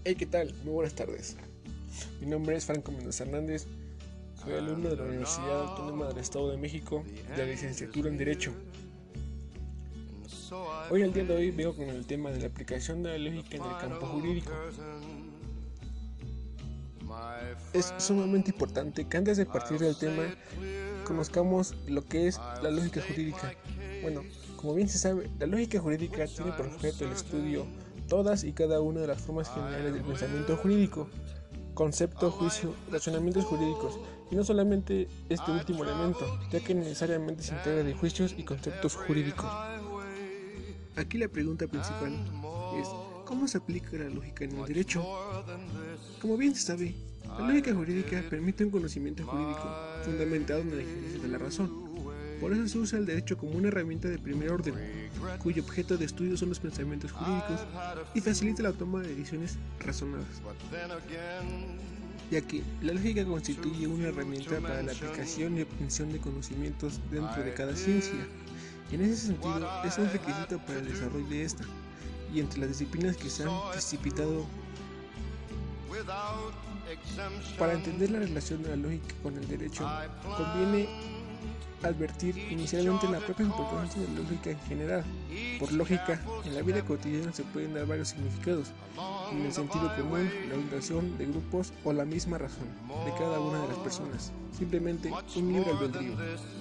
Hey, ¿qué tal? Muy buenas tardes. Mi nombre es Franco Mendoza Hernández. Soy alumno de la Universidad Autónoma del Estado de México de la licenciatura en Derecho. Hoy, el día de hoy, vengo con el tema de la aplicación de la lógica en el campo jurídico. Es sumamente importante que antes de partir del tema conozcamos lo que es la lógica jurídica. Bueno, como bien se sabe, la lógica jurídica tiene por objeto el estudio todas y cada una de las formas generales del pensamiento jurídico, concepto, juicio, razonamientos jurídicos, y no solamente este último elemento, ya que necesariamente se integra de juicios y conceptos jurídicos. Aquí la pregunta principal es, ¿cómo se aplica la lógica en el derecho? Como bien se sabe, la lógica jurídica permite un conocimiento jurídico fundamentado en el ejercicio de la razón. Por eso se usa el derecho como una herramienta de primer orden, cuyo objeto de estudio son los pensamientos jurídicos y facilita la toma de decisiones razonadas, ya que la lógica constituye una herramienta para la aplicación y obtención de conocimientos dentro de cada ciencia, y en ese sentido es un requisito para el desarrollo de esta, y entre las disciplinas que se han precipitado. Para entender la relación de la lógica con el derecho, conviene advertir inicialmente la propia importancia de la lógica en general. Por lógica, en la vida cotidiana se pueden dar varios significados, en el sentido común, la orientación de grupos o la misma razón de cada una de las personas, simplemente un libre albedrío.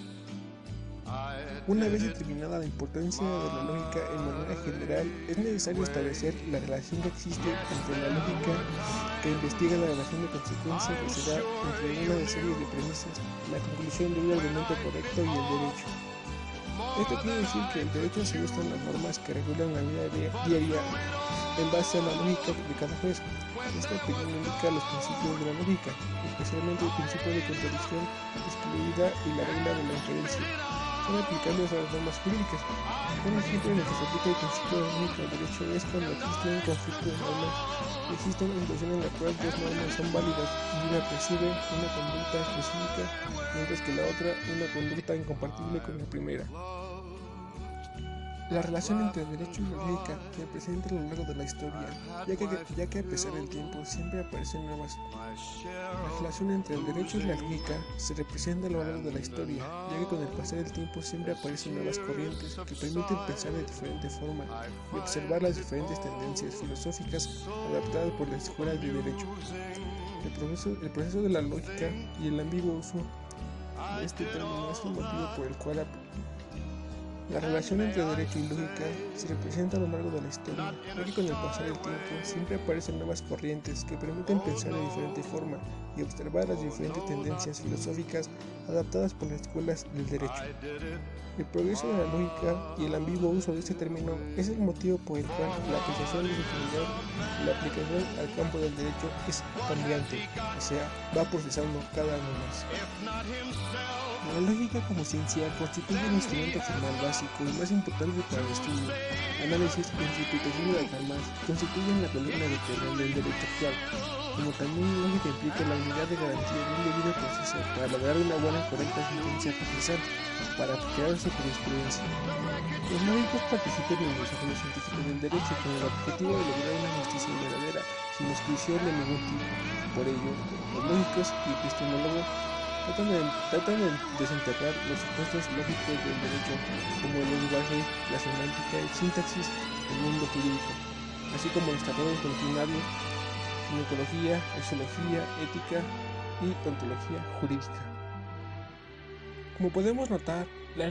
Una vez determinada la importancia de la lógica en manera general, es necesario establecer la relación que existe entre la lógica que investiga la relación de consecuencia que se da entre una serie de premisas, la conclusión de un argumento correcto y el derecho. Esto quiere decir que el derecho se usan las normas que regulan la vida diaria en base a la lógica de cada juez. Esta opinión indica los principios de la lógica, especialmente el principio de contradicción, excluida y la regla de la inferencia. Son aplicables a las normas jurídicas. Un ejemplo en el que se aplica el principio de lógica del derecho es cuando existe un conflicto de normas. Existe una situación en la cual dos normas son válidas y una prescribe una conducta específica, mientras que la otra una conducta incompatible con la primera. La relación entre el derecho y la lógica se presenta a lo largo de la historia, ya que a pesar del tiempo siempre aparecen nuevas. La relación entre el derecho y la lógica se representa a lo largo de la historia, ya que con el pasar del tiempo siempre aparecen nuevas corrientes que permiten pensar de diferente forma y observar las diferentes tendencias filosóficas adaptadas por las escuelas de derecho. El proceso de la lógica y el ambiguo uso de este término es el motivo por el cual la relación entre derecho y lógica se representa a lo largo de la historia, ya que con el pasar del tiempo siempre aparecen nuevas corrientes que permiten pensar de diferente forma y observar las diferentes tendencias filosóficas adaptadas por las escuelas del derecho. El progreso de la lógica y el ambiguo uso de este término es el motivo por el cual la apreciación de su utilidad y la aplicación al campo del derecho es cambiante, o sea, va procesando cada año más. La lógica como ciencia constituye un instrumento formal básico y más importante para el estudio, análisis e interpretación de las normas constituyen la columna vertebral del derecho actual, como también la lógica implica la unidad de garantía de un debido proceso para lograr una buena y correcta sentencia procesal, para crear su jurisprudencia. Los lógicos participan en el desarrollo científico del derecho con el objetivo de lograr una justicia verdadera, sin exclusión de ningún tipo. Por ello, los lógicos y epistemólogos tratan de desenterrar los supuestos lógicos del derecho, como el lenguaje, la semántica y sintaxis del mundo jurídico, así como los tratados doctrinarios, ginecología, exología, ética y ontología jurídica. Como podemos notar,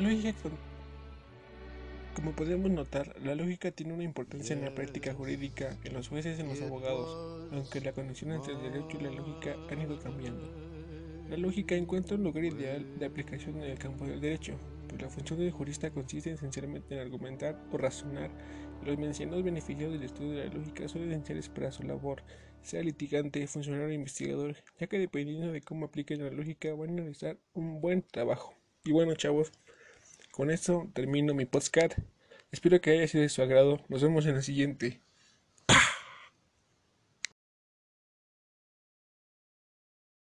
la lógica tiene una importancia en la práctica jurídica, en los jueces y en los abogados, aunque la conexión entre el derecho y la lógica han ido cambiando. La lógica encuentra un lugar ideal de aplicación en el campo del derecho, pues la función del jurista consiste esencialmente en argumentar o razonar, y los mencionados beneficios del estudio de la lógica son esenciales para su labor, sea litigante, funcionario o investigador, ya que dependiendo de cómo apliquen la lógica van a realizar un buen trabajo. Y bueno, chavos, con esto termino mi podcast. Espero que haya sido de su agrado. Nos vemos en la siguiente.